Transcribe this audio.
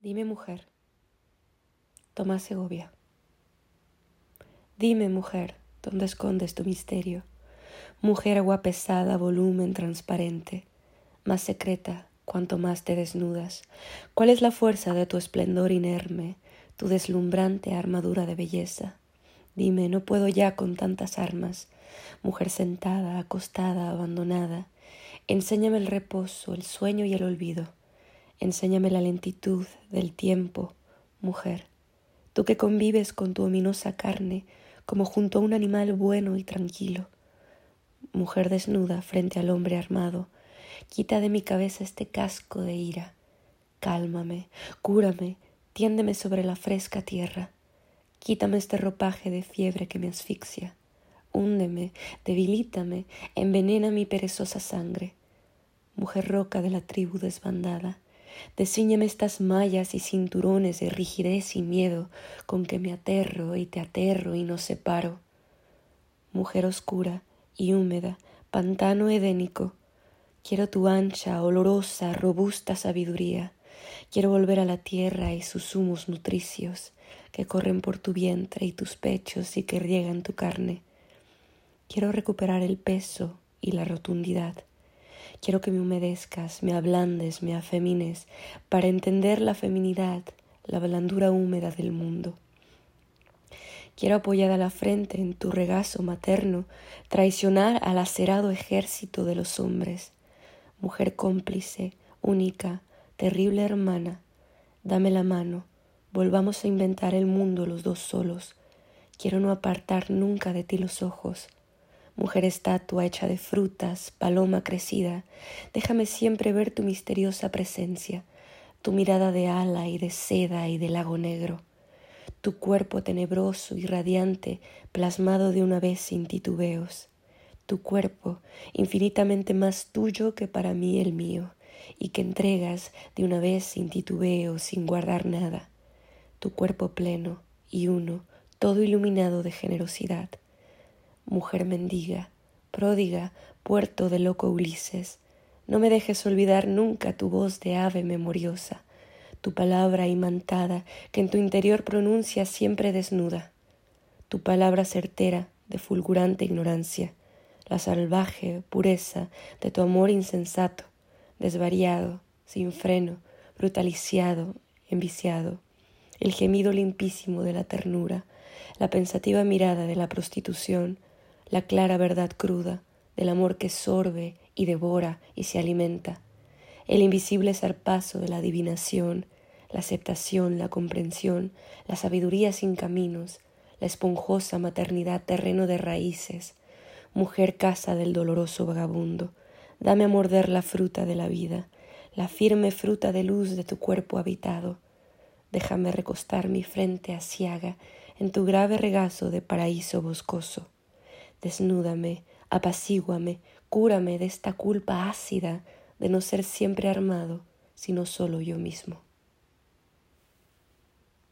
Dime, mujer. Tomás Segovia. Dime, mujer, ¿dónde escondes tu misterio? Mujer agua pesada, volumen transparente, más secreta cuanto más te desnudas. ¿Cuál es la fuerza de tu esplendor inerme, tu deslumbrante armadura de belleza? Dime, no puedo ya con tantas armas. Mujer sentada, acostada, abandonada, enséñame el reposo, el sueño y el olvido. Enséñame la lentitud del tiempo, mujer. Tú que convives con tu ominosa carne como junto a un animal bueno y tranquilo. Mujer desnuda frente al hombre armado, quita de mi cabeza este casco de ira. Cálmame, cúrame, tiéndeme sobre la fresca tierra. Quítame este ropaje de fiebre que me asfixia. Húndeme, debilítame, envenena mi perezosa sangre. Mujer roca de la tribu desbandada, descíñeme estas mallas y cinturones de rigidez y miedo con que me aterro y te aterro y nos separo. Mujer oscura y húmeda, pantano edénico, quiero tu ancha, olorosa, robusta sabiduría. Quiero volver a la tierra y sus humos nutricios que corren por tu vientre y tus pechos y que riegan tu carne. Quiero recuperar el peso y la rotundidad. Quiero que me humedezcas, me ablandes, me afemines, para entender la feminidad, la blandura húmeda del mundo. Quiero apoyada la frente en tu regazo materno, traicionar al acerado ejército de los hombres. Mujer cómplice, única, terrible hermana, dame la mano, volvamos a inventar el mundo los dos solos. Quiero no apartar nunca de ti los ojos. Mujer estatua hecha de frutas, paloma crecida, déjame siempre ver tu misteriosa presencia, tu mirada de ala y de seda y de lago negro, tu cuerpo tenebroso y radiante plasmado de una vez sin titubeos, tu cuerpo infinitamente más tuyo que para mí el mío, y que entregas de una vez sin titubeo, sin guardar nada, tu cuerpo pleno y uno, todo iluminado de generosidad. Mujer mendiga, pródiga, puerto de loco Ulises, no me dejes olvidar nunca tu voz de ave memoriosa, tu palabra imantada que en tu interior pronuncias siempre desnuda, tu palabra certera de fulgurante ignorancia, la salvaje pureza de tu amor insensato, desvariado, sin freno, brutaliciado, enviciado, el gemido limpísimo de la ternura, la pensativa mirada de la prostitución, la clara verdad cruda del amor que sorbe y devora y se alimenta, el invisible zarpazo de la adivinación, la aceptación, la comprensión, la sabiduría sin caminos, la esponjosa maternidad terreno de raíces, mujer casa del doloroso vagabundo, dame a morder la fruta de la vida, la firme fruta de luz de tu cuerpo habitado, déjame recostar mi frente aciaga en tu grave regazo de paraíso boscoso. Desnúdame, apacíguame, cúrame de esta culpa ácida de no ser siempre armado, sino solo yo mismo.